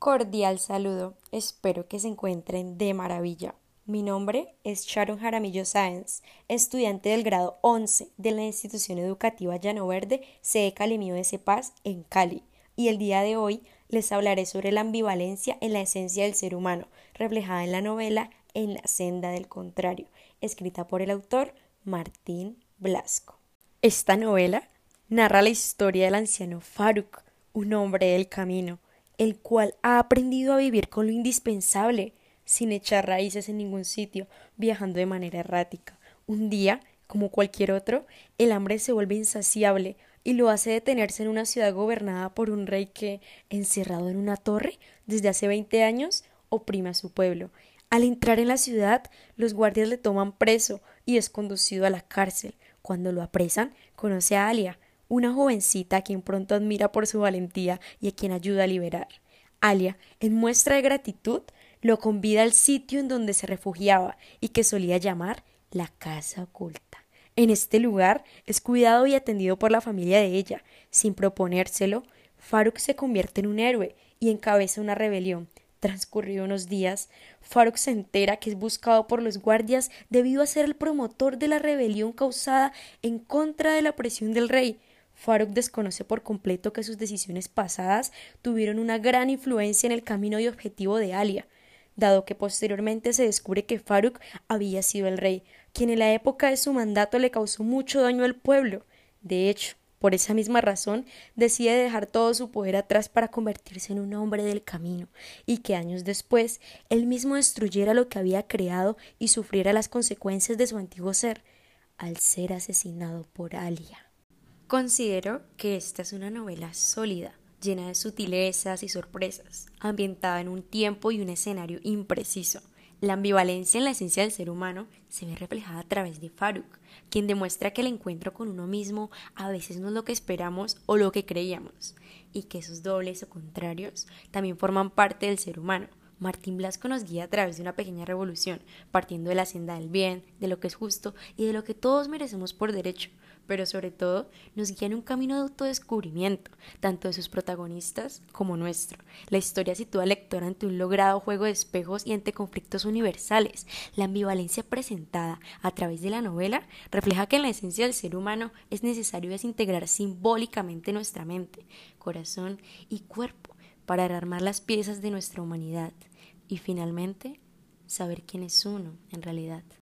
Cordial saludo, espero que se encuentren de maravilla. Mi nombre es Sharon Jaramillo Sáenz, estudiante del grado 11 de la institución educativa Llano Verde, sede Cali Mío de Paz en Cali, y el día de hoy les hablaré sobre la ambivalencia en la esencia del ser humano, reflejada en la novela En la senda del contrario, escrita por el autor Martín Blasco. Esta novela narra la historia del anciano Faruk, un hombre del camino, el cual ha aprendido a vivir con lo indispensable, sin echar raíces en ningún sitio, viajando de manera errática. Un día, como cualquier otro, el hambre se vuelve insaciable y lo hace detenerse en una ciudad gobernada por un rey que, encerrado en una torre desde hace 20 años, oprime a su pueblo. Al entrar en la ciudad, los guardias le toman preso y es conducido a la cárcel. Cuando lo apresan, conoce a Alia, una jovencita a quien pronto admira por su valentía y a quien ayuda a liberar. Alia, en muestra de gratitud, lo convida al sitio en donde se refugiaba y que solía llamar la casa oculta. En este lugar es cuidado y atendido por la familia de ella. Sin proponérselo, Faruk se convierte en un héroe y encabeza una rebelión. Transcurridos unos días, Faruk se entera que es buscado por los guardias debido a ser el promotor de la rebelión causada en contra de la presión del rey. Faruk desconoce por completo que sus decisiones pasadas tuvieron una gran influencia en el camino y objetivo de Alia, dado que posteriormente se descubre que Faruk había sido el rey, quien en la época de su mandato le causó mucho daño al pueblo. De hecho, por esa misma razón, decide dejar todo su poder atrás para convertirse en un hombre del camino, y que años después él mismo destruyera lo que había creado y sufriera las consecuencias de su antiguo ser, al ser asesinado por Alia. Considero que esta es una novela sólida, llena de sutilezas y sorpresas, ambientada en un tiempo y un escenario impreciso. La ambivalencia en la esencia del ser humano se ve reflejada a través de Faruk, quien demuestra que el encuentro con uno mismo a veces no es lo que esperamos o lo que creíamos, y que esos dobles o contrarios también forman parte del ser humano. Martín Blasco nos guía a través de una pequeña revolución, partiendo de la senda del bien, de lo que es justo y de lo que todos merecemos por derecho, pero sobre todo nos guía en un camino de autodescubrimiento, tanto de sus protagonistas como nuestro. La historia sitúa al lector ante un logrado juego de espejos y ante conflictos universales. La ambivalencia presentada a través de la novela refleja que en la esencia del ser humano es necesario desintegrar simbólicamente nuestra mente, corazón y cuerpo para armar las piezas de nuestra humanidad y finalmente saber quién es uno en realidad.